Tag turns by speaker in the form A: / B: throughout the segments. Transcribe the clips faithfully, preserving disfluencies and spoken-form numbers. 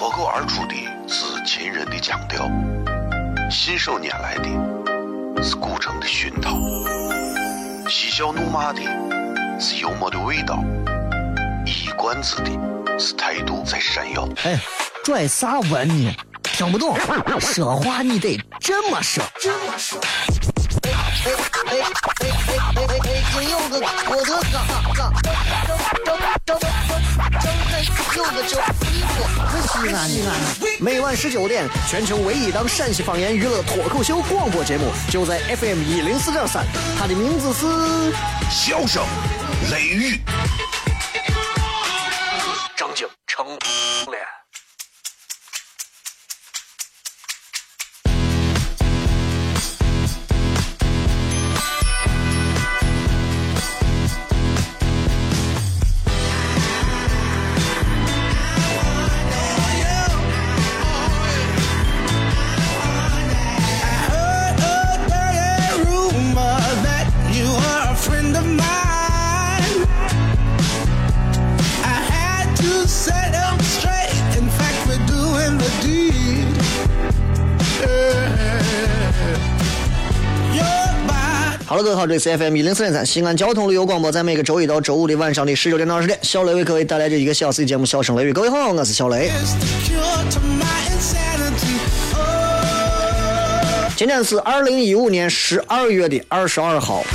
A: 脱口而出的是秦人的腔调，信手拈来的是古城的熏陶，嬉笑怒骂的是幽默的味道，一冠子的是态度在闪耀。
B: 哎，拽啥文呢？听不懂，说话你得这么说。这么说。哎哎哎哎哎哎哎！金柚子，我的嘎嘎，张张张张张柚子酒，西安西安。每晚十九点，全球唯一档陕西方言娱乐脱口秀广播节目，就在 F M 一零四点三。它的名字是
A: 笑声雷雨。
B: 张景成脸。Hello， 各位好，这里是 F M 一零四点三西安交通旅游广播，在每个周一到周五的晚上的十九点到二十点，小雷为各位带来这一个小时的节目《笑声雷雨》。各位好，我是小雷。今天是二零一五年十二月的二十二号。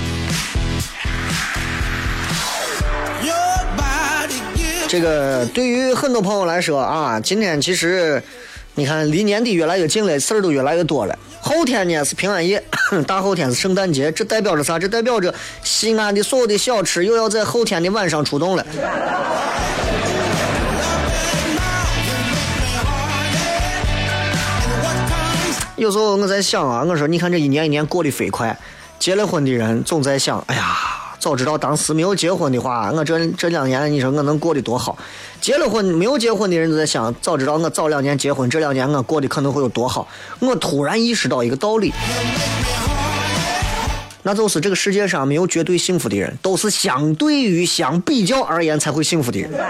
B: 这个对于很多朋友来说啊，今天其实你看离年底越来越近了，事儿都越来越多了。后天呢是平安夜，大后天是圣诞节，这代表着啥？这代表着西安的所有的小吃又要在后天的晚上出动了。有时候我在想啊，我说你看这一年一年过得飞快，结了婚的人总在想，哎呀，早知道当时没有结婚的话，我这这两年你说我能过得多好。结了婚没有结婚的人都在想，早知道我早两年结婚，这两年我过得可能会有多好。我突然意识到一个道理，那就是这个世界上没有绝对幸福的人，都是相对于相比较而言才会幸福的人。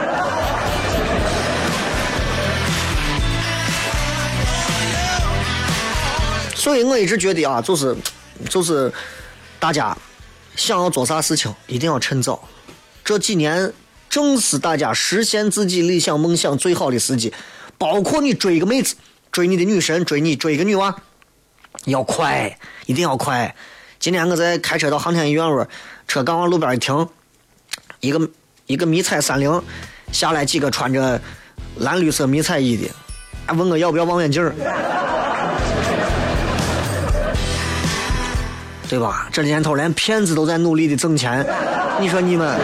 B: 所以我一直觉得啊，就是就是大家想要做啥事情一定要趁早，这几年正是大家实现自己理想梦想最好的时机，包括你追一个妹子，追你的女神，追你追一个女娃，要快，一定要快。今天我在开车到航天医院路，车刚往路边一停，一个一个迷彩三菱下来，几个穿着蓝绿色迷彩衣的，还问我要不要望远镜，对吧？这年头连骗子都在努力的挣钱，你说你们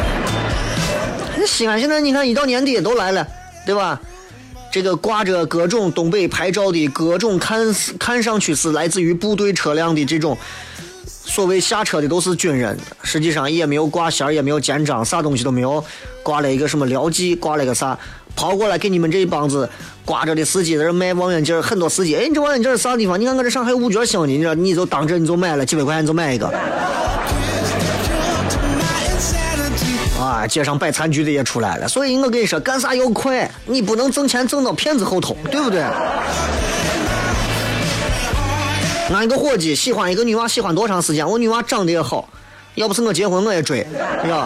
B: 西安现在你看一到年底都来了，对吧？这个挂着各种东北牌照的各种看看上去是来自于部队车辆的这种所谓下车的都是军人，实际上也没有挂衔，也没有肩章，啥东西都没有，挂了一个什么僚机，挂了一个啥，跑过来给你们这一帮子挂着的司机在这卖望远镜，很多司机，哎，你这望远镜是啥地方？你看我这上还有五角星呢，你知道，你就当着你就买了几百块钱就买一个。啊，街上摆餐具的也出来了，所以我跟你说，干啥要快，你不能挣钱挣到骗子后头，对不对？俺一个伙计喜欢一个女娃，喜欢多长时间？我女娃长得也好，要不是我结婚我也追，是吧？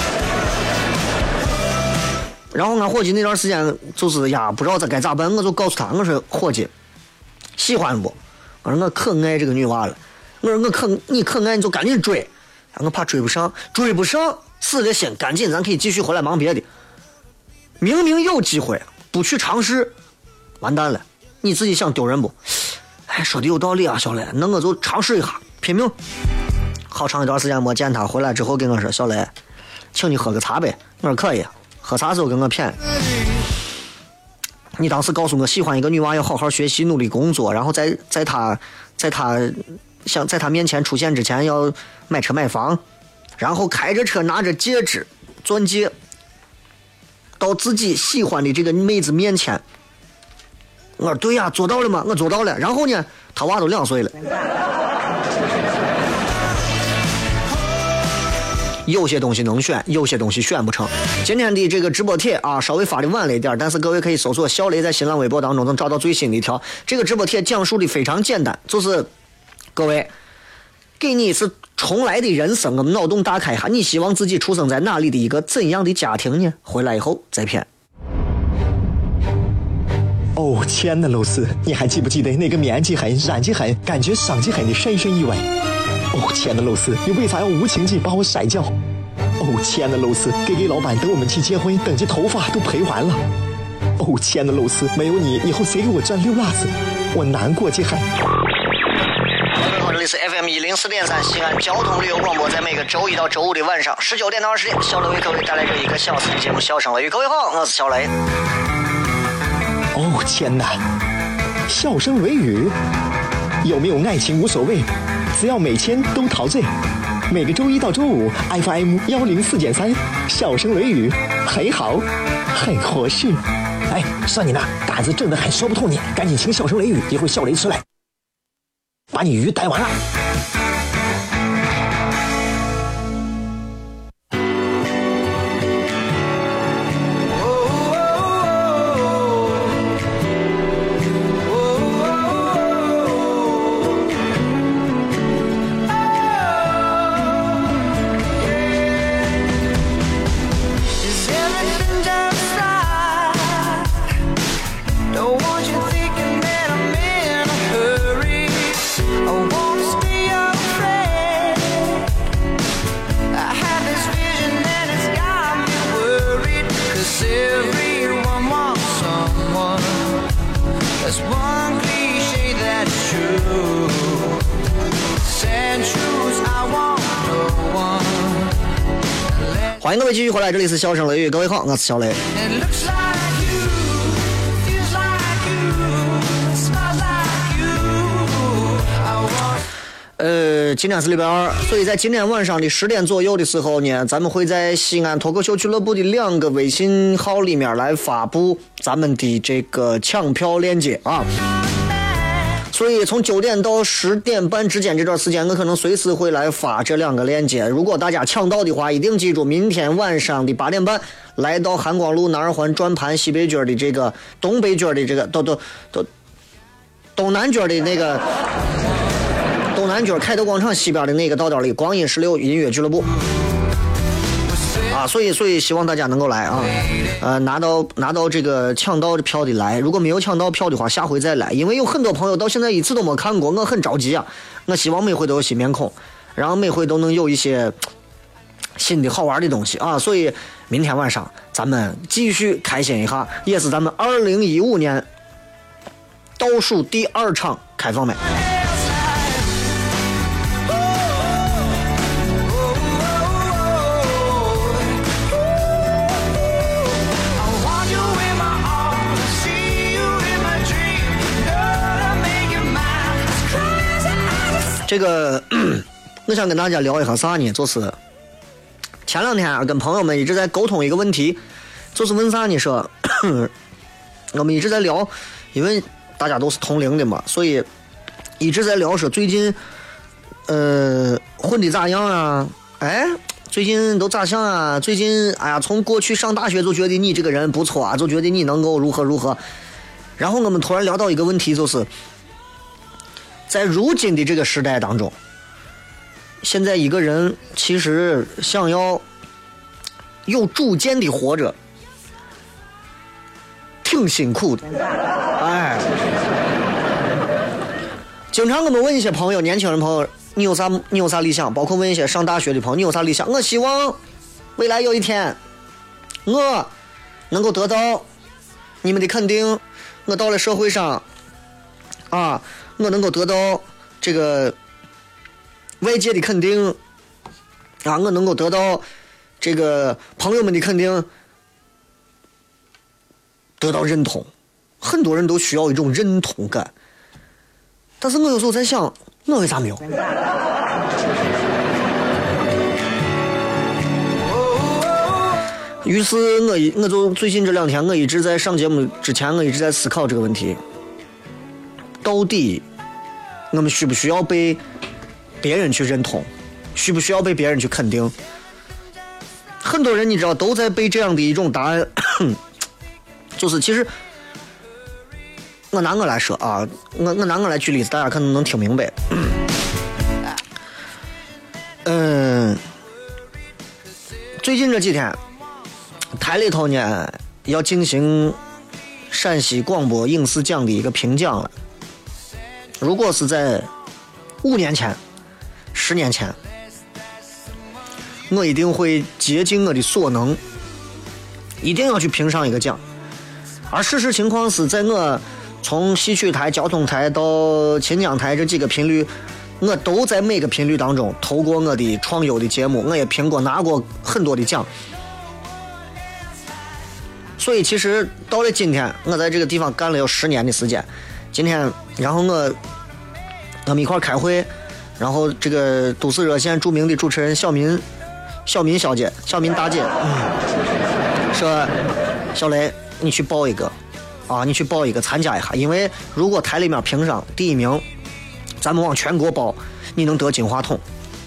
B: 然后俺伙计那段时间就是呀，不知道这该咋办，我就告诉他，我说伙计，喜欢不？我说我可爱这个女娃了，我说我可你可爱你就赶紧追，我怕追不上，追不上死了心，赶紧咱可以继续回来忙别的。明明有机会不去尝试，完蛋了，你自己想丢人不？哎，说的有道理啊，小雷，那我就尝试一下，拼命。好长一段时间没见他，回来之后跟我说，小雷，请你喝个茶呗。我说可以，喝茶时候跟我谝。你当时告诉我喜欢一个女娃要好好学习努力工作，然后在在她在她想在她面前出现之前要买车买房，然后开着车拿着戒指钻戒到自己喜欢的这个妹子面前。我说对呀，做到了吗？我做到了。然后呢，他娃都两岁了。 有些东西能选，有些东西选不成。今天的这个直播帖啊，稍微发的晚了一点，但是各位可以搜索小雷，在新浪微博当中能找到最新的一条。这个直播帖讲述的非常简单，就是各位给你一次重来的人生，我们脑洞大开一下，你希望自己出生在哪里的一个怎样的家庭呢？回来以后再骗。
C: 哦，亲爱的露丝，你还记不记得那个棉积狠、染剂狠、感觉伤及狠的深深意外？哦，亲爱的露丝，你为啥要无情地把我甩掉？哦，亲爱的露丝，给给老板等我们去结婚，等这头发都赔完了。哦，亲爱的露丝，没有你，以后谁给我赚溜辣子？我难过极狠。
B: 各位好，这里是 F M 一零四点三西安交通旅游广播，在每个周一到周五的晚上十九点到二十点，小雷为各位带来这一个小时的节目《笑声雷雨》。各位好，我是小雷。
C: 哦天哪，笑声雷雨，有没有爱情无所谓，只要每天都陶醉。每个周一到周五 F M 一零四点三，笑声雷雨，很好，很合适。哎，算你那胆子正的很，说不透你，赶紧请笑声雷雨，一会儿笑雷出来，把你鱼逮完了。
B: 欢迎各位继续回来，这里是笑声雷雨，各位好，我是小雷。呃，今天是礼拜二，所以在今天晚上的十点左右的时候呢，咱们会在西安脱口秀俱乐部的两个微信号里面来发布咱们的这个抢票链接啊。所以从九点到十点半之间这段时间，我可能随时会来发这两个链接。如果大家抢到的话，一定记住，明天晚上的八点半来到韩光路南二环转盘西北角的这个东北角的这个都都都东南角的那个东南角凯德广场西边的那个道道里，光阴十六音乐俱乐部。啊，所以所以希望大家能够来啊，呃，拿到拿到这个抢到的票的来，如果没有抢到票的话，下回再来，因为有很多朋友到现在一次都没看过，我很着急啊。我希望每回都有新面孔，然后每回都能有一些新的好玩的东西啊。所以明天晚上咱们继续开心一下，也是咱们二零一五年倒数第二场开放麦。这个我想跟大家聊一下啥呢，就是前两天啊跟朋友们一直在沟通一个问题，就是问啥呢，说我们一直在聊，因为大家都是同龄的嘛，所以一直在聊说最近呃混的咋样啊，哎最近都咋想啊，最近哎呀从过去上大学就觉得你这个人不错啊，就觉得你能够如何如何，然后我们突然聊到一个问题，就是在如今的这个时代当中，现在一个人其实想要有主见的活着挺辛苦的。哎，经常我们问一些朋友，年轻人朋友，你有啥你有啥理想，包括问一些上大学的朋友，你有啥理想？我希望未来有一天我能够得到你们的肯定，我到了社会上啊，我能够得到这个外界的肯定啊，我能够得到这个朋友们的肯定，得到认同。很多人都需要一种认同感，但是我有时候在想，我为啥没有？于是我我就最近这两天，我一直在上节目之前，我一直在思考这个问题。到底我们需不需要被别人去认同，需不需要被别人去肯定？ 很多人你知道都在被这样的一种答案，就是其实我拿我来说啊，我我拿我来举例子，大家可能能听明白。嗯，最近这几天台里头呢要进行陕西广播影视奖的一个评奖了。如果是在五年前、十年前，我一定会竭尽我的所能，一定要去评上一个奖。而事实情况是在我从戏曲台、交通台到秦江台这几个频率，我都在每个频率当中投过我的创优的节目，我也评过拿过很多的奖。所以其实到了今天，我在这个地方干了有十年的时间。今天，然后我我们一块开会，然后这个都市热线著名的主持人小民小民小姐、小民大姐、嗯、说：“小雷，你去报一个啊，你去报一个参加一下，因为如果台里面评上第一名，咱们往全国报，你能得金话筒。”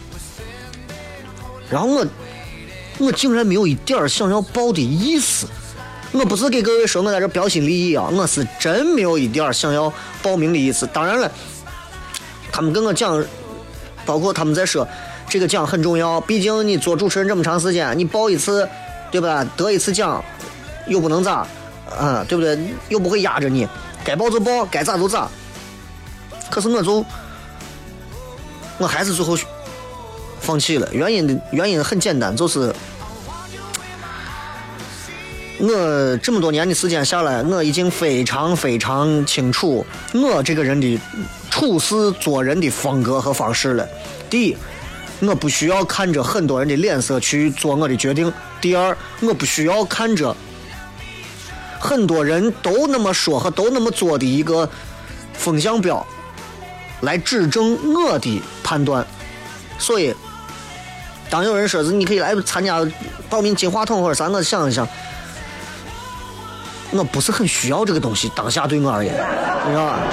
B: 然后我我竟然没有一点想要报的意思。我不是给各位说我在这标新立异啊，我是真没有一点想要报名的意思。当然了，他们跟我讲，包括他们在说这个奖很重要，毕竟你做主持人这么长时间，你报一次，对吧？得一次奖又不能咋，嗯，对不对？又不会压着你，该报就报，该咋就咋。可是我就我还是最后放弃了，原因的原因很简单，就是我这么多年的时间下来，我已经非常非常清楚我这个人的处事做人的风格和方式了。第一，我不需要看着很多人的脸色去做我的决定。第二，我不需要看着很多人都那么说和都那么做的一个风向标来指正我的判断。所以当有人说你可以来参加报名金话筒或者啥，我想一想，我不是很需要这个东西，当下对我而言，你知道吧？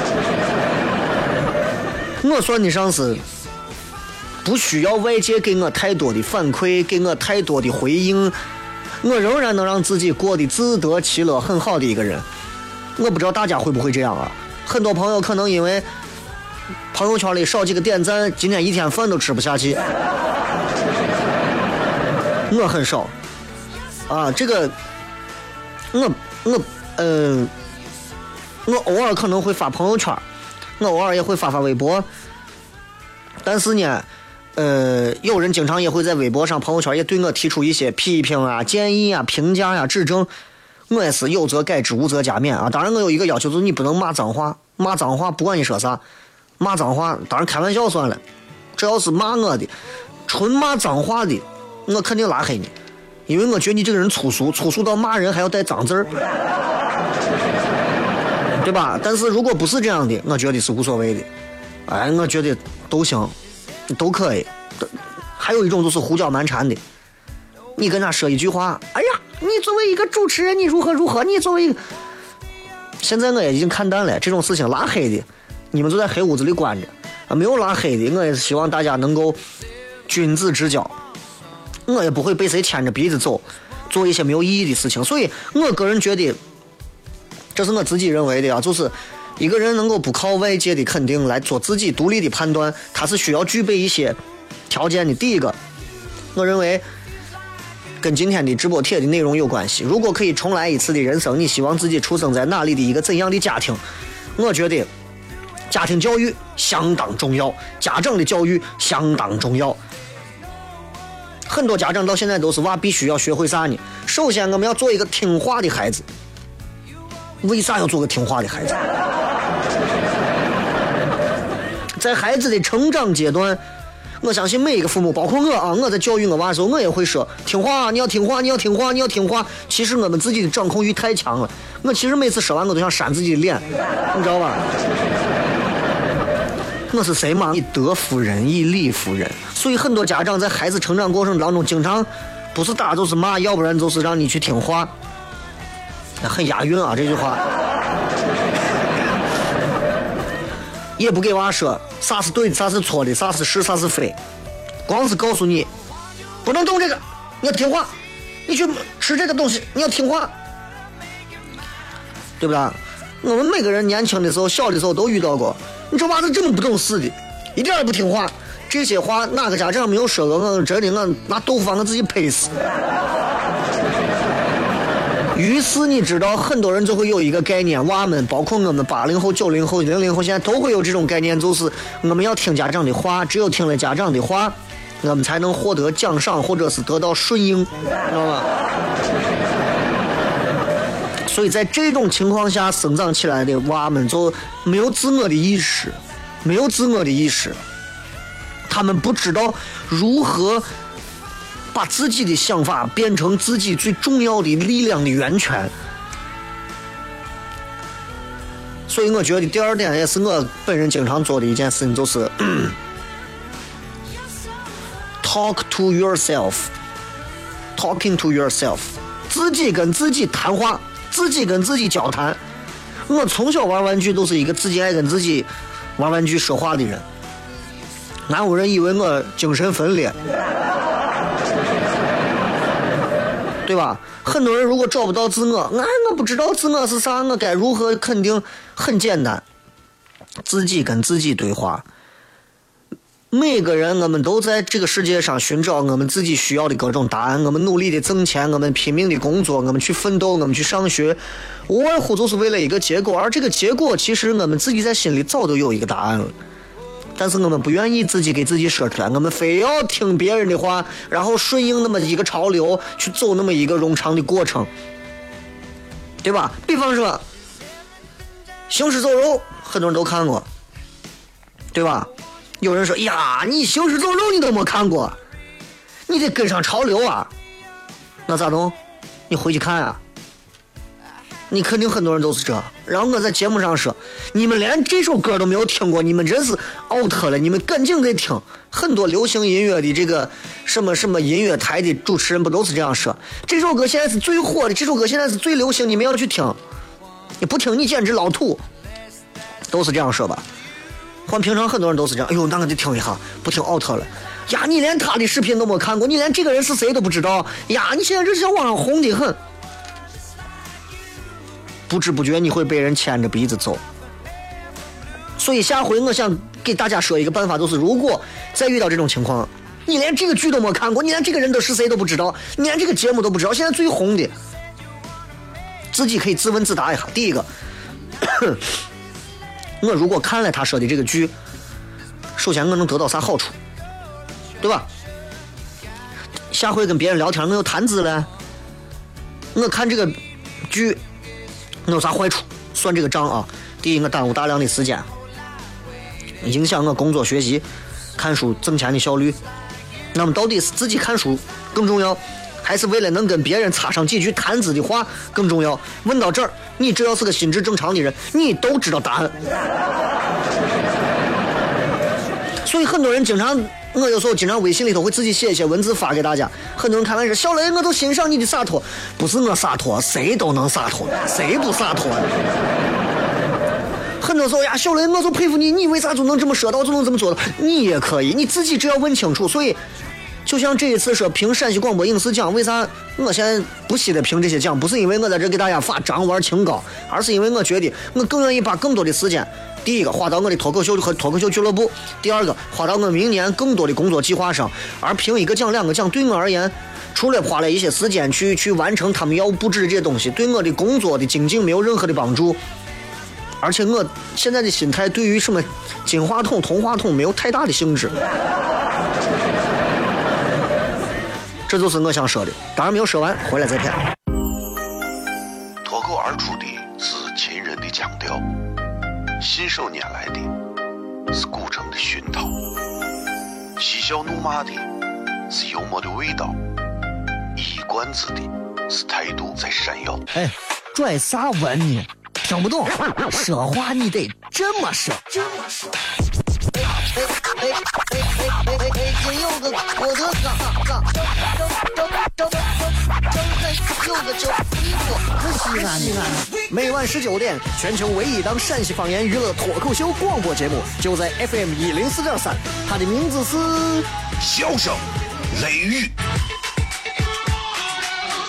B: 我算得上是不需要外界给我太多的反馈，给我太多的回应，我仍然能让自己过得自得其乐很好的一个人。我不知道大家会不会这样啊？很多朋友可能因为朋友圈里少几个点赞，今天一天饭都吃不下去。我很少啊，这个我我呃，我偶尔可能会发朋友圈，我偶尔也会发发微博，但是呢，呃，有人经常也会在微博上、朋友圈也对我提出一些批评啊、建议啊、评价呀、指正，我也是有则改之，无则加勉啊。当然，我有一个要求，就是你不能骂脏话，骂脏话不管你说啥，骂脏话当然开玩笑算了，只要是骂我的，纯骂脏话的，我肯定拉黑你。因为我觉得你这个人粗俗，粗俗到骂人还要带脏字儿，对吧？但是如果不是这样的，我觉得是无所谓的。哎，我觉得都行，都可以。还有一种就是胡搅蛮缠的，你跟他说一句话，哎呀，你作为一个主持人，你如何如何，你作为一个……现在我也已经看淡了这种事情，拉黑的，你们就在黑屋子里关着啊，没有拉黑的，我也是希望大家能够君子之交。我也不会被谁牵着鼻子走，做一些没有意义的事情。所以我个人觉得，这是我自己认为的啊，就是一个人能够不靠外界的肯定来做自己独立的判断，他是需要具备一些条件的。第一个，我认为跟今天的直播帖的内容有关系。如果可以重来一次的人生，你希望自己出生在哪里的一个怎样的家庭？我觉得家庭教育相当重要，家长的教育相当重要。很多家长到现在都是娃必须要学会啥呢？首先我们要做一个听话的孩子。为啥要做个听话的孩子？在孩子的成长阶段，我相信每一个父母，包括我啊，我在教育我娃的时候，我也会说听话，你要听话，你要听话，你要听话。其实我们自己的掌控欲太强了，我其实每次说完我都想扇自己的脸，你知道吧？我是谁嘛？以德服人，以理服人。所以很多家长在孩子成长过程当中，经常不是打就是骂，要不然就是让你去听话。很押韵啊，这句话。也不给娃说啥是对的，啥是错的，啥是是，啥是非，光是告诉你不能动这个，你要听话， 你去吃这个东西，你要听话，对不对？我们每个人年轻的时候、小的时候都遇到过，你这娃子这么不懂事的，一点也不听话。这些话哪个家长没有说过？我真的我拿豆腐把我自己拍死。于是你知道，很多人就会有一个概念，娃们包括我们八零后、九零后、零零后，现在都会有这种概念，就是我们要听家长的话，只有听了家长的话，我们才能获得奖赏或者是得到顺应，知道吗？所以在这种情况下生长起来的娃们就没有自我的意识，没有自我的意识，他们不知道如何把自己的想法变成自己最重要的力量的源泉。所以我觉得第二点也是我本人经常做的一件事情，就是、嗯、talk to yourself talking to yourself 自己跟自己谈话，自己跟自己交谈。我从小玩玩具都是一个自己爱跟自己玩玩具说话的人，哪有人以为我精神分裂，对吧？很多人如果找不到自我，哎，我不知道自我是啥，我该如何肯定？很简单，自己跟自己对话。每个人我们都在这个世界上寻找我们自己需要的各种答案，我们努力的挣钱，我们拼命的工作，我们去奋斗，我们去上学，无外乎就是为了一个结果，而这个结果其实我们自己在心里早都有一个答案了，但是我们不愿意自己给自己说出来，我们非要听别人的话，然后顺应那么一个潮流，去走那么一个冗长的过程，对吧？比方说行尸走肉，很多人都看过，对吧？有人说呀，你行尸走肉你都没看过，你得跟上潮流啊。那咋弄？你回去看啊，你肯定很多人都是这。然后我在节目上说，你们连这首歌都没有听过，你们真是 out 了，你们赶紧得听。很多流行音乐的这个什么什么音乐台的主持人不都是这样说，这首歌现在是最火的，这首歌现在是最流行，你们要去听，你不听你简直老土，都是这样说吧。换平常很多人都是这样，哎呦，那个得听一下，不听 out 了呀！你连他的视频都没看过，你连这个人是谁都不知道呀！你现在这是网上红的很，不知不觉你会被人牵着鼻子走。所以下回我想给大家说一个办法，就是如果再遇到这种情况，你连这个剧都没看过，你连这个人都是谁都不知道，你连这个节目都不知道，现在最红的，自己可以自问自答一下。第一个。我如果看了他说的这个剧，首先我能得到啥好处，对吧？下回跟别人聊天我有谈资了，我看这个剧我有啥坏处？算这个账啊！第一，我耽误大量的时间，影响我工作学习、看书挣钱的效率。那么到底是自己看书更重要，还是为了能跟别人插上几句谈资的话更重要？问到这儿，你只要是个心智正常的人，你都知道答案。所以很多人经常，我有时候经常微信里头会自己写一些文字发给大家。很多人开玩笑，小雷，我都欣赏你的洒脱。不是我洒脱，谁都能洒脱，谁不洒脱？很多时候呀，小雷，我就佩服你，你为啥就能这么说到，就能这么做到？你也可以，你自己只要问清楚。所以就像这一次说评陕西广播影视奖，为啥我现在不惜的评这些奖？不是因为我在这给大家发张玩清高，而是因为我觉得我更愿意把更多的时间，第一个花到我的脱口秀和脱口秀俱乐部，第二个花到我明年更多的工作计划上。而评一个奖两个奖对我而言，除了花了一些时间去去完成他们要布置的这些东西，对我的工作的精进没有任何的帮助。而且我现在的心态对于什么金话筒铜话筒没有太大的兴致。这就是我想说的，当然没有说完，回来再骗。
A: 脱口而出的是秦人的腔调，信手拈来的是古城的熏陶，嬉笑怒骂的是幽默的味道，一冠子的是态度在闪耀。
D: 哎，拽啥文呢？听不懂，说话你得这么说。这么说。哎哎哎哎哎哎！今有个我的嘎嘎，张张张张张开有个叫一个西安西安。每晚十九点，全球唯一档陕西方言娱乐脱口秀广播节目，就在 F M 一零四点三。它的名字是
A: 笑声雷雨。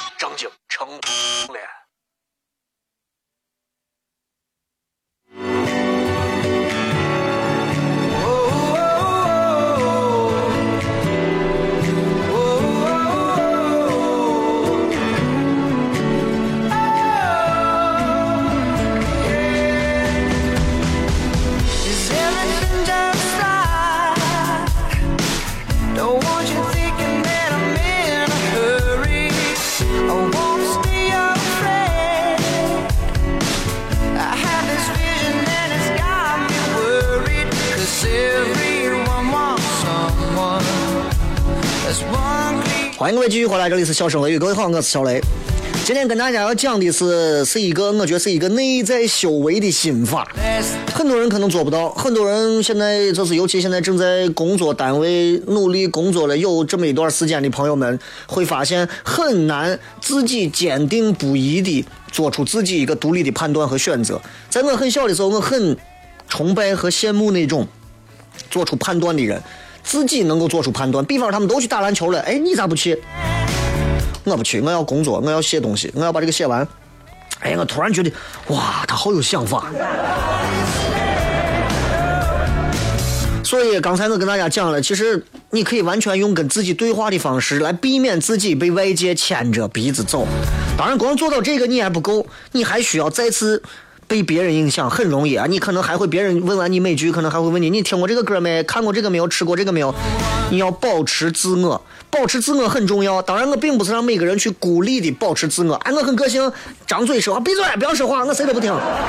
B: 欢迎各位继续回来，这里是笑声雷雨，各位好，我是小雷。今天跟大家要讲的是是一个我觉得是一个内在修为的心法，很多人可能做不到，很多人现在就是尤其现在正在工作单位努力工作了有这么一段时间的朋友们会发现很难自己坚定不移地做出自己一个独立的判断和选择。在我很小的时候，我很崇拜和羡慕那种做出判断的人，自己能够做出判断。比方他们都去打篮球了，哎，你咋不去？我不去，我要工作，我要写东西，我要把这个写完。哎，我突然觉得，哇，他好有想法。所以刚才我跟大家讲了，其实你可以完全用跟自己对话的方式来避免自己被外界牵着鼻子走。当然，光做到这个你还不够，你还需要再次被别人影响，很容易啊！你可能还会别人问完你每句，可能还会问你：你听过这个歌没？看过这个没有？吃过这个没有？你要保持自我，保持自我很重要。当然，我并不是让每个人去孤立的保持自我。哎，我很个性，张嘴说话，闭嘴，不要说话，我谁都不听。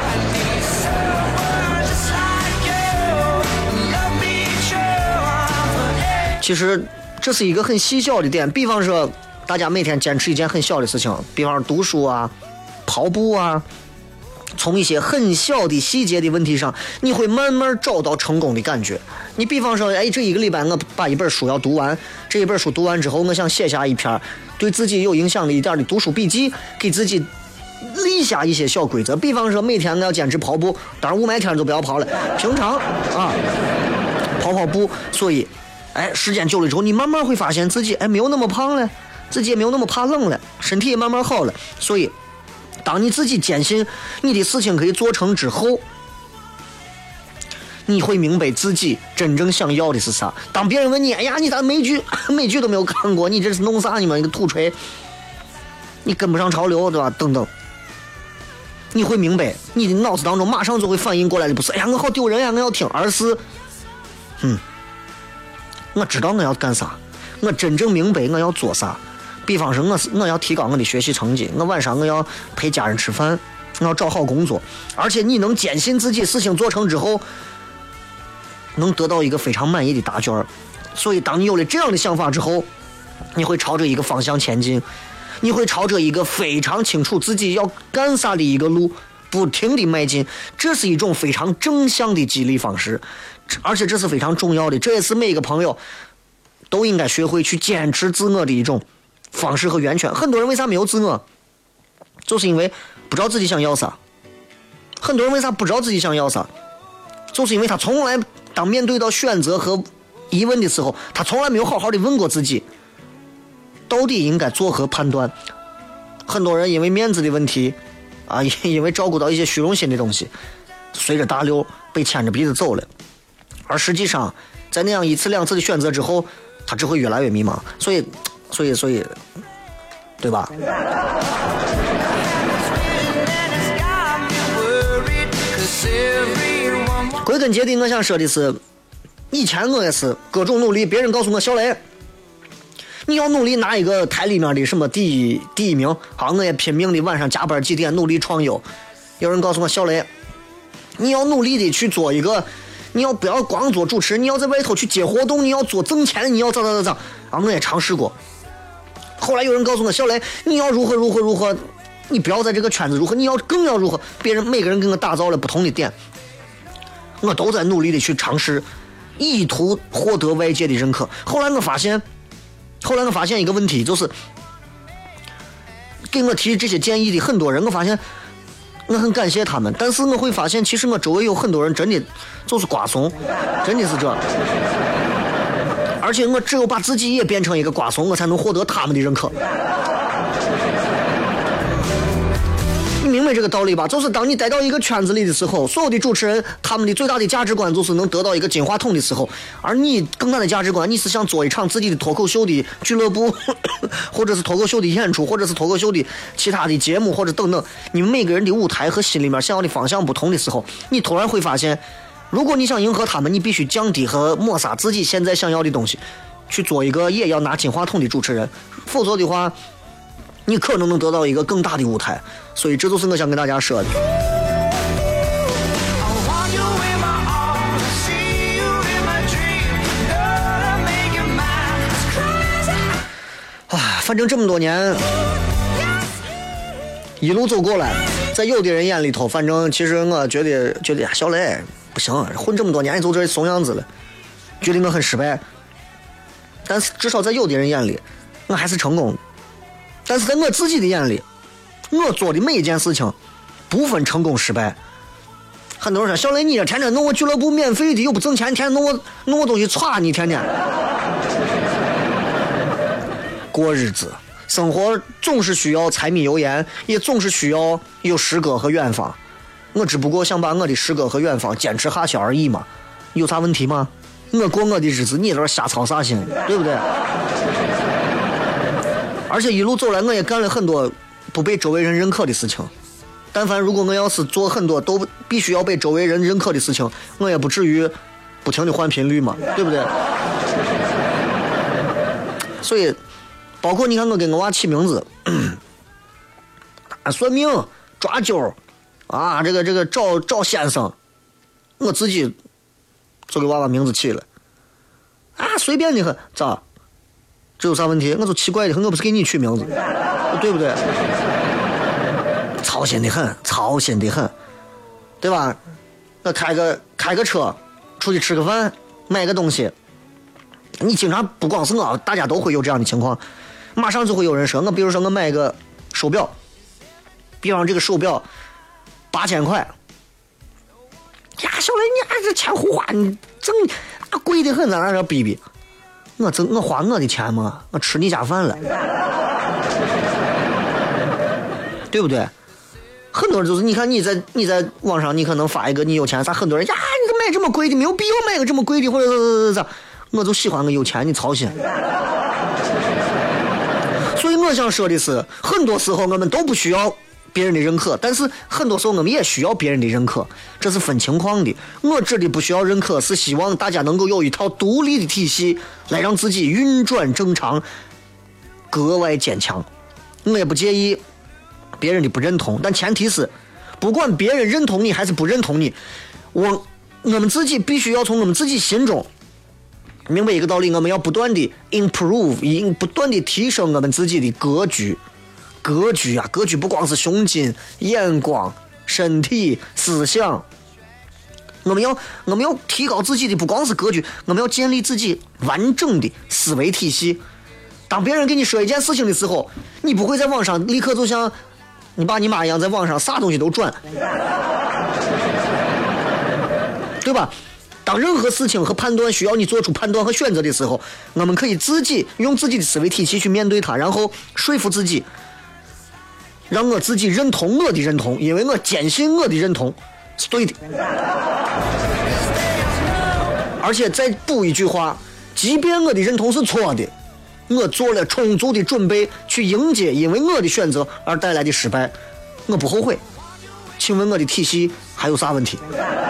B: 其实这是一个很细小的点，比方说，大家每天坚持一件很小的事情，比方说读书啊、跑步啊。从一些很小的细节的问题上，你会慢慢找到成功的感觉。你比方说，哎，这一个礼拜我把一本书要读完，这一本书读完之后，我想写下一篇对自己有影响的一点的读书笔记，给自己立下一些小规则。比方说，每天我要坚持跑步，当然雾霾天就不要跑了，平常啊跑跑步。所以，哎，时间久了之后，你慢慢会发现自己哎没有那么胖了，自己也没有那么怕冷了，身体也慢慢好了。所以。当你自己坚信你的事情可以做成之后，你会明白自己真正想要的是啥。当别人问你，哎呀，你咋每句每句都没有看过，你这是弄啥？你们一个土锤，你跟不上潮流，对吧？等等，你会明白，你的脑子当中马上就会反应过来的不是，哎呀，我好丢人呀，我要听，而是，嗯，我知道我要干啥，我真正明白我要做啥。比方说我是我要提高我的学习成绩，我晚上我要陪家人吃饭，我要找好工作，而且你能坚信自己事情做成之后能得到一个非常满意的答卷。所以当你有了这样的想法之后，你会朝着一个方向前进，你会朝着一个非常清楚自己要干啥的一个路不停地迈进。这是一种非常正向的激励方式，而且这是非常重要的，这也是每个朋友都应该学会去坚持自我的一种方式和源泉。很多人为啥没有自我，就是因为不知道自己想要啥。很多人为啥不知道自己想要啥，就是因为他从来当面对到选择和疑问的时候，他从来没有好好的问过自己到底应该做何判断。很多人因为面子的问题啊，因为照顾到一些虚荣心的东西，随着大流被牵着鼻子走了。而实际上在那样一次两次的选择之后，他只会越来越迷茫。所以所以所以对吧？归根结底我想说的是，以前我也是各种努力，别人告诉我小雷你要努力拿一个台里面的什么第一第一名，好，我也拼命的晚上加班几点努力创业。有人告诉我小雷你要努力的去做一个，你要不要光做主持，你要在外头去接活动，你要做挣钱，你要咋咋咋咋。然后我也尝试过。后来有人告诉我小雷你要如何如何如何，你不要在这个圈子如何，你要更要如何。别人每个人给我打造了不同的点，我都在努力的去尝试，意图获得外界的认可。后来我发现后来我发现一个问题，就是给我提这些建议的很多人，我发现我很感谢他们，但是我会发现其实我周围有很多人真的就是瓜怂，真的是这。而且我只有把自己也变成一个瓜怂，我才能获得他们的认可。你明白这个道理吧？就是当你待到一个圈子里的时候，所有的主持人他们的最大的价值观就是能得到一个金话筒的时候，而你更大的价值观，你是想做一场自己的脱口秀的俱乐部，或者是脱口秀的演出，或者是脱口秀的其他的节目，或者等等，你们每个人的舞台和心里面想要的方向不同的时候，你突然会发现，如果你想迎合他们，你必须降低和抹杀自己现在想要的东西，去做一个也要拿金话筒的主持人，否则的话你可能能得到一个更大的舞台。所以这就是我想跟大家说的。唉， 反正这么多年一路走过来，在有的人眼里头，反正其实我觉得觉得呀，小雷不行，混这么多年就这怂样子了，觉得我很失败。但是至少在有的人眼里，我还是成功的。但是在我自己的眼里，我做的每一件事情不分成功失败。很多人说小雷你这天天弄我俱乐部免费的又不挣钱，天天弄我弄我东西歘你天天过日子，生活总是需要柴米油盐，也总是需要有诗歌和远方。我只不过想把我的诗歌和远方坚持下去而已嘛，有啥问题吗？我过我的日子，你在这瞎操啥心，对不对？而且一路走来，我也干了很多不被周围人认可的事情。但凡如果我要是做很多都必须要被周围人认可的事情，我也不至于不停的换频率嘛，对不对？所以包括你看我给我娃起名字算命抓阄啊，这个这个找找先生，我自己就给娃娃名字起了啊，随便的很，咋这有啥问题？我就奇怪的很，我不是给你取名字，对不对？操心的很，操心的很，对吧？我开个开个车出去吃个饭，买个东西，你经常不光是我，大家都会有这样的情况，马上就会有人说，我比如说我买个手表，比方这个手表八千块，呀，小雷你还是钱胡花，你挣啊贵的很，咱那逼逼，我挣我花我的钱嘛，我吃你家饭了，对不对？很多人就是你看你在你在网上你可能发一个你有钱啥，很多人呀你都买这么贵的，没有必要买个这么贵的，或者是咋，我就喜欢个有钱你操心。所以我想说的是，很多时候我们都不需要别人的认可，但是很多时候我们也需要别人的认可，这是分情况的。我这里不需要认可，是希望大家能够有一套独立的体系来让自己运转正常，格外坚强。我也不介意别人的不认同，但前提是不管别人认同你还是不认同你，我我们自己必须要从我们自己心中明白一个道理，我们要不断的 improve， 不断的提升我们自己的格局。格局啊，格局不光是胸襟、眼光、身体、思想，我们要我们要提高自己的不光是格局，我们要建立自己完整的思维体系。当别人给你说一件事情的时候，你不会在网上立刻就像你爸你妈一样在网上啥东西都转，对吧？当任何事情和判断需要你做出判断和选择的时候，我们可以自己用自己的思维体系去面对它，然后说服自己，让我自己认同我的认同，因为我坚信我的认同是对的。而且再补一句话，即便我的认同是错的，我做了充足的准备去迎接因为我的选择而带来的失败，我不后悔。请问我的体系还有啥问题？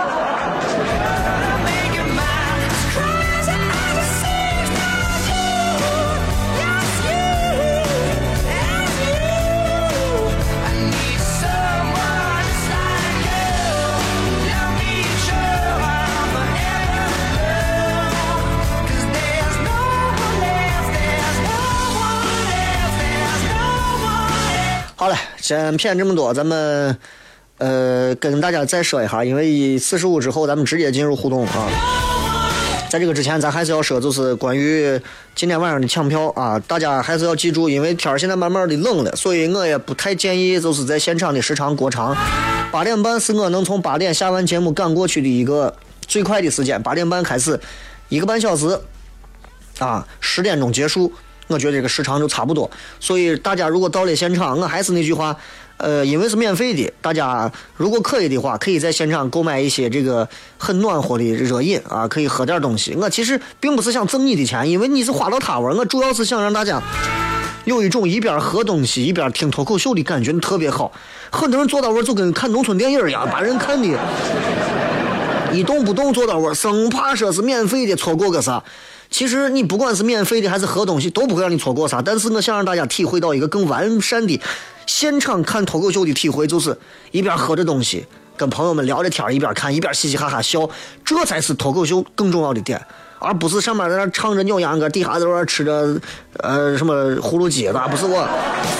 B: 好了，先骗这么多，咱们呃跟大家再说一下，因为四十五之后咱们直接进入互动啊。在这个之前，咱还是要说，就是关于今天晚上的抢票啊，大家还是要记住，因为天现在慢慢的冷了，所以我也不太建议就是在现场的时长过长。八点半是我能从八点下完节目赶过去的一个最快的时间，八点半开始，一个半小时啊，十点钟结束。我觉得这个时长就差不多，所以大家如果到了现场，我还是那句话，呃，因为是免费的，大家如果可以的话，可以在现场购买一些这个很暖和的热饮啊，可以喝点东西。我其实并不是想挣你的钱，因为你是花到他玩，我主要是想让大家有一种一边喝东西一边听脱口秀的感觉，特别好。很多人坐到位就跟看农村电影一样，把人看的一动不动坐到位，生怕说是免费的错过个啥。其实你不管是免费的还是喝东西都不会让你错过啥，但是我想让大家体会到一个更完善的现场看脱口秀的体会，就是一边喝着东西跟朋友们聊着天，一边看一边嘻嘻哈哈笑，这才是脱口秀更重要的点。 而不是上面在那唱着扭秧歌，底下在那吃着呃什么葫芦鸡，那不是我。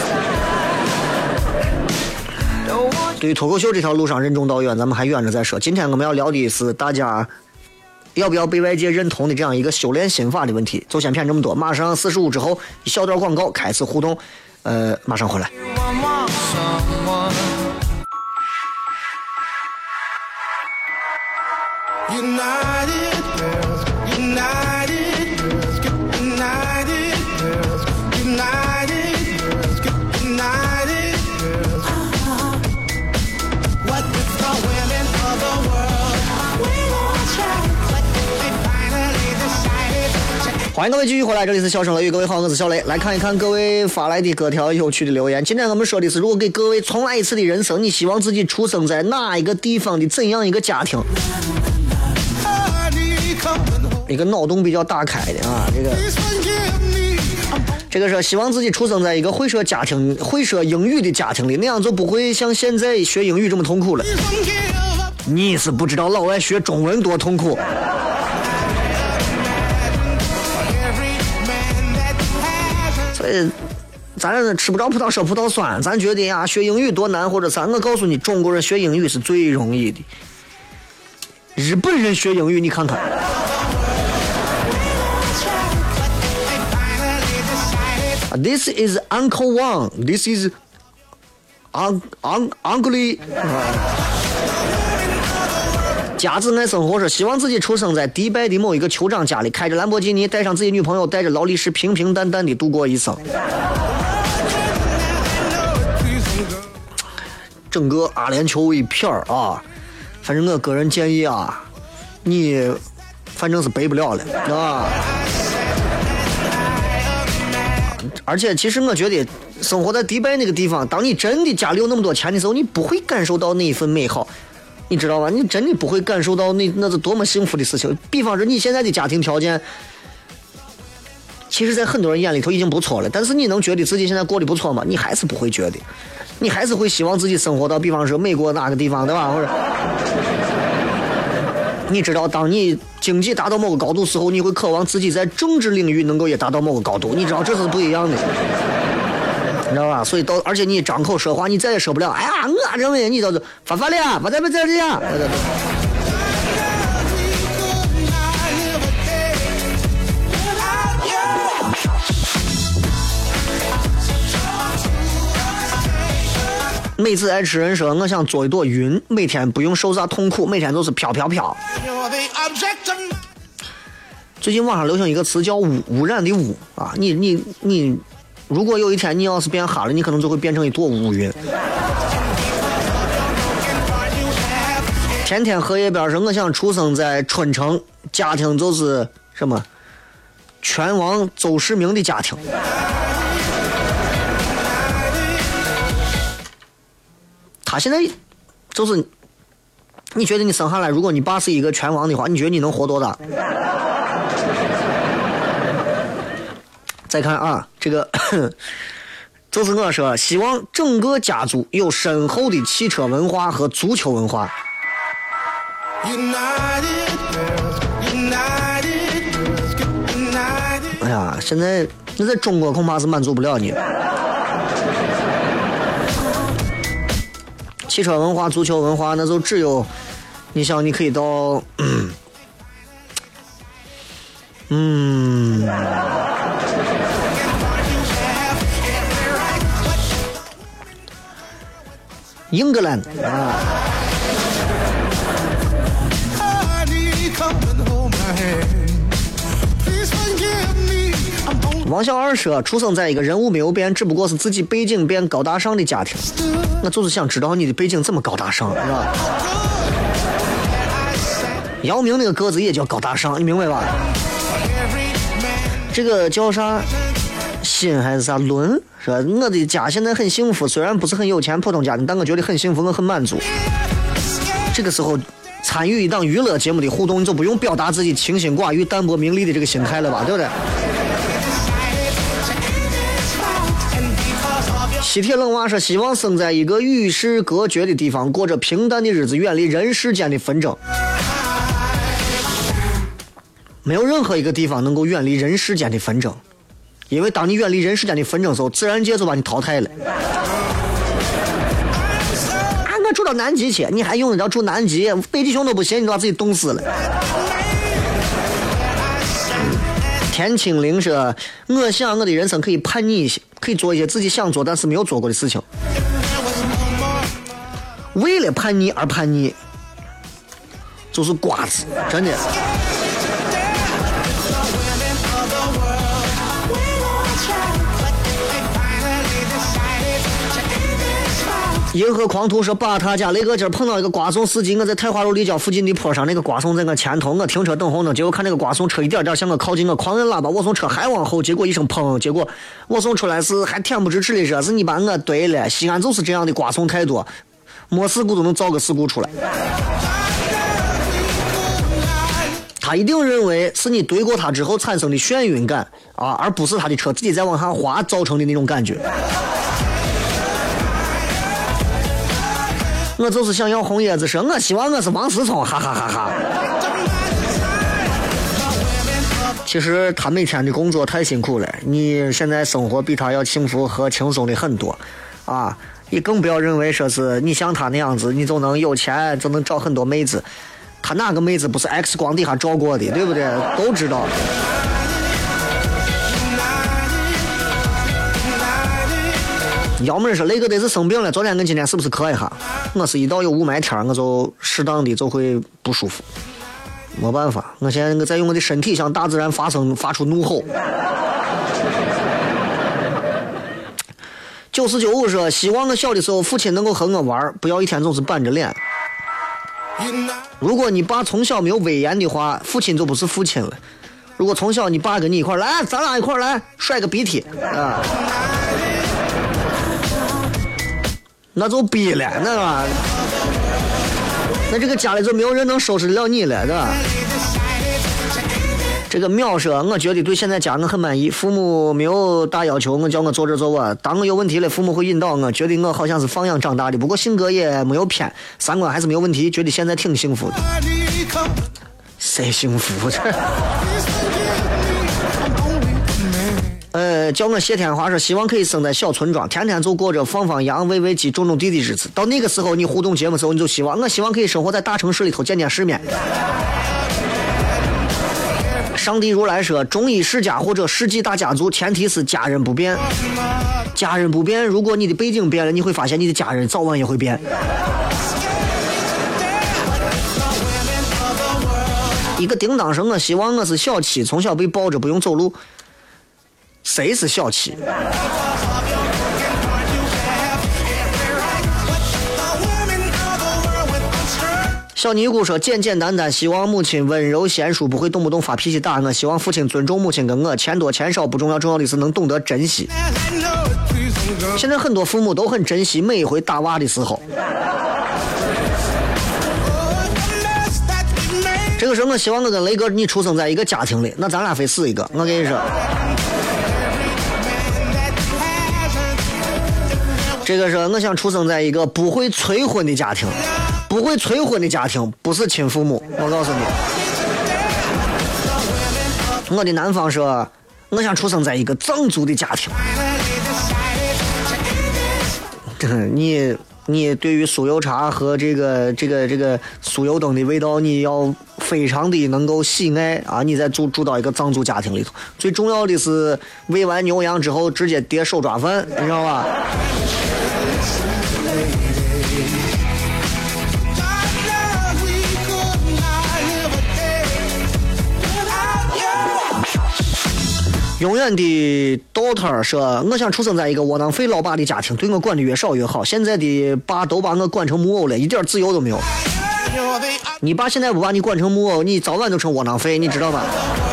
B: 对于脱口秀这条路上任重道远，咱们还远着再说。今天我们要聊的是大家要不要被外界认同的这样一个修炼心法的问题。就先骗这么多，马上四十五之后一小段广告开始互动，呃，马上回来。United girls, United girls, United girls, United girls, United girls. What is the women of the world? We gonna try, but they finally decided. 欢迎各位继续回来，这里是笑声雷雨，各位好，我是小雷。来看一看各位发来的各条有趣的留言。今天我们说的是，如果给各位重来一次的人生，你希望自己出生在哪一个地方的怎样一个家庭？一个脑洞比较大开的啊，这个这个是希望自己出生在一个会说家庭、会说英语的家庭里，那样就不会像现在学英语这么痛苦了。你是不知道老外学中文多痛苦。所以咱吃不着葡萄说葡萄酸，咱觉得呀学英语多难，或者啥？我告诉你，中国人学英语是最容易的。日本人学英语，你看看。This is Uncle Wang. This is Un Un Uncle. 家子爱生活是希望自己出生在迪拜的某一个酋长家里，开着兰博基尼，带上自己女朋友，带着劳力士，平平淡淡的度过一生。整个阿联酋一片儿啊，反正我个人建议啊，你反正是背不了了啊。而且其实我觉得生活在迪拜那个地方，当你真的家里有那么多钱的时候，你不会感受到那一份美好，你知道吗？你真的不会感受到那那是多么幸福的事情。比方说你现在的家庭条件，其实在很多人眼里头已经不错了，但是你能觉得自己现在过得不错吗？你还是不会觉得，你还是会希望自己生活到比方说美国哪个地方，对吧？或者你知道，当你经济达到某个高度时候，你会渴望自己在政治领域能够也达到某个高度，你知道这是不一样的，你知道吧？所以到而且你张口说话，你再也说不了，哎呀，我认为你都是发发了，我在不在这样？每次爱吃人说我想做一朵云，每天不用受啥痛苦，每天都是飘飘飘。最近网上流行一个词叫污污染的污啊，你你你，如果有一天你要是变哈了，你可能就会变成一朵乌云。天天荷叶边说我想出生在春城，家庭就是什么拳王邹市明的家庭。他现在就是，你觉得你生下来，如果你爸是一个拳王的话，你觉得你能活多大？再看啊，这个就是我说，希望整个家族有深厚的汽车文化和足球文化。哎呀，现在那在中国恐怕是满足不了你。汽车文化、足球文化，那就只有，你想，你可以到，嗯，嗯，英格兰啊。王小二说，出生在一个人物没有变，只不过是自己背景变高大上的家庭。我就是想知道你的背景这么高大上，是吧？姚明那个个子也叫高大上，你明白吧？这个叫啥？鑫还是啥伦？是吧？我的家现在很幸福，虽然不是很有钱，普通家庭，但我觉得很幸福，我很满足。这个时候参与一档娱乐节目的互动，你就不用表达自己清心寡欲、淡泊名利的这个心态了吧？对不对？西铁冷蛙说，希望生在一个与世隔绝的地方，过着平淡的日子，远离人世间的纷争。 没有任何一个地方能够远离人世间的纷争，因为当你远离人世间的纷争的时候，自然界就把你淘汰了。啊，我住到南极去，你还用得着住南极？北极熊都不行，你都把自己冻死了。田青玲说：“我想我的人生可以叛逆一些，可以做一些自己想做但是没有做过的事情。为了叛逆而叛逆，就是瓜子，真的。”银河狂徒说：“把他家雷哥今儿碰到一个瓜怂司机，我在太华路立交附近的坡上，那个瓜怂在我前头，我停车等红灯，结果看那个瓜怂车一点点向我靠近，我狂摁喇叭，我从车还往后，结果一声砰，结果我从出来是还恬不知耻的说，是你把我怼了。西安就是这样的瓜怂太多，没事故都能造个事故出来。他一定认为是你怼过他之后产生的眩晕感啊，而不是他的车自己在往下滑造成的那种感觉。我就是想要红叶子说，我希望我是王思聪，哈哈哈哈。其实他每天的工作太辛苦了，你现在生活比他要幸福和轻松的很多啊！你更不要认为说是你像他那样子，你就能有钱，就能找很多妹子。他哪个妹子不是 X 光底下照过的，对不对？都知道。要么是雷哥得是生病了，昨天跟今天是不是咳一下？我是一到有雾霾天，我就适当的就会不舒服，没办法，我现在我在用我的身体向大自然发声，发出怒吼。九四九五说，希望我小的时候父亲能够和我玩，不要一天总是板着脸。如果你爸从小没有威严的话，父亲就不是父亲了。如果从小你爸跟你一块来，咱俩一块来甩个鼻涕啊，那就逼了，那个，那这个家里就没有人能收拾得了你了，对吧？这个秒说，我觉得对现在家我很满意，父母没有大要求，我叫我做这做我，当我有问题了，父母会引导我，觉得我好像是放养长大的，不过性格也没有偏，三观还是没有问题，觉得现在挺幸福的。谁幸福这？呃，叫我谢天华说，希望可以生在小村庄，天天就过着放放羊、喂喂鸡、种种地的日子。到那个时候，你互动节目的时候，你就希望，我希望可以生活在大城市里头，见见世面。上帝如来说，中医世家或者世纪大家族，前提是家人不变。家人不变，如果你的背景变了，你会发现你的家人早晚也会变。一个叮当声，我希望我是小七，从小被抱着不用走路。谁是小七？小尼姑说，简简单单希望母亲温柔贤淑，不会动不动发脾气打我，希望父亲尊重母亲跟我，钱多钱少不重要，重要的是能懂得珍惜。现在很多父母都很珍惜每一回打娃的时候。这个时候我希望我跟雷哥你出生在一个家庭里，那咱俩非死一个，我跟你说。这个是我想出生在一个不会催婚的家庭，不会催婚的家庭不是亲父母，我告诉你。我的南方说，我想出生在一个藏族的家庭。你你对于酥油茶和这个这个这个酥油灯的味道，你要非常的能够喜爱啊！你在住住到一个藏族家庭里头，最重要的是喂完牛羊之后直接叠手抓饭，你知道吧？永远的 daughter 说，我想出生在一个窝囊废老爸的家庭，对我管的越少越好。现在的爸都把我管成木偶了，一点自由都没有。你爸现在不把你管成木偶，你早晚就成窝囊废，你知道吗？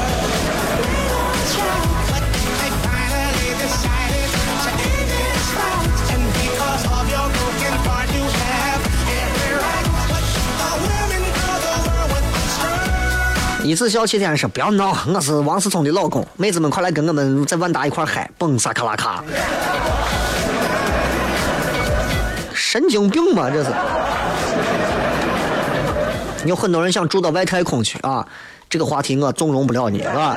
B: 一次笑七天说，不要闹，我是王思聪的老公，妹子们快来跟我们在万达一块嗨，蹦萨卡拉卡。神经病嘛，这是。有很多人想住到外太空去啊， 这个话题我纵容不了你，是吧？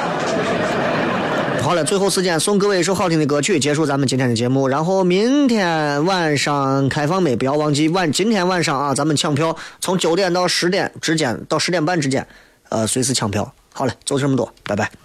B: 好了，最后时间送各位一首好听的歌曲，结束咱们今天的节目。然后明天晚上开放没？不要忘记晚今天晚上啊，咱们抢票，从九点到十点之间，到十点半之间，呃，随时抢票。好了，就这么多，拜拜。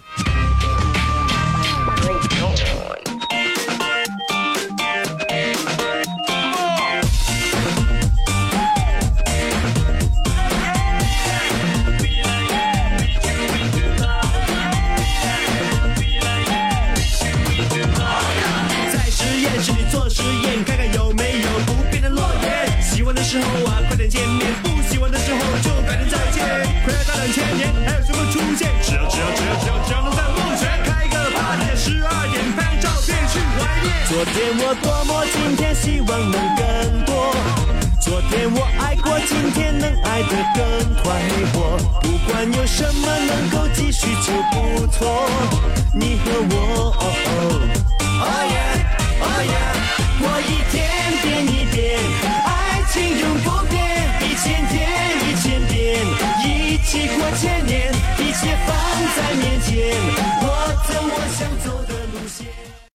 E: 时候啊，快点见面；不喜欢的时候就改天再见。快要到两千年，还有什么出现？只要只要只要只要只要能在梦泉开个 party， 十二点拍照片去怀念。昨天我多么，今天希望能更多。昨天我爱过，今天能爱得更快活。不管有什么能够继续就不错。你和我，哦哦，哦耶，哦耶，我一天变一变。情永不变，一千天一千遍，一起过千年，一切放在面前。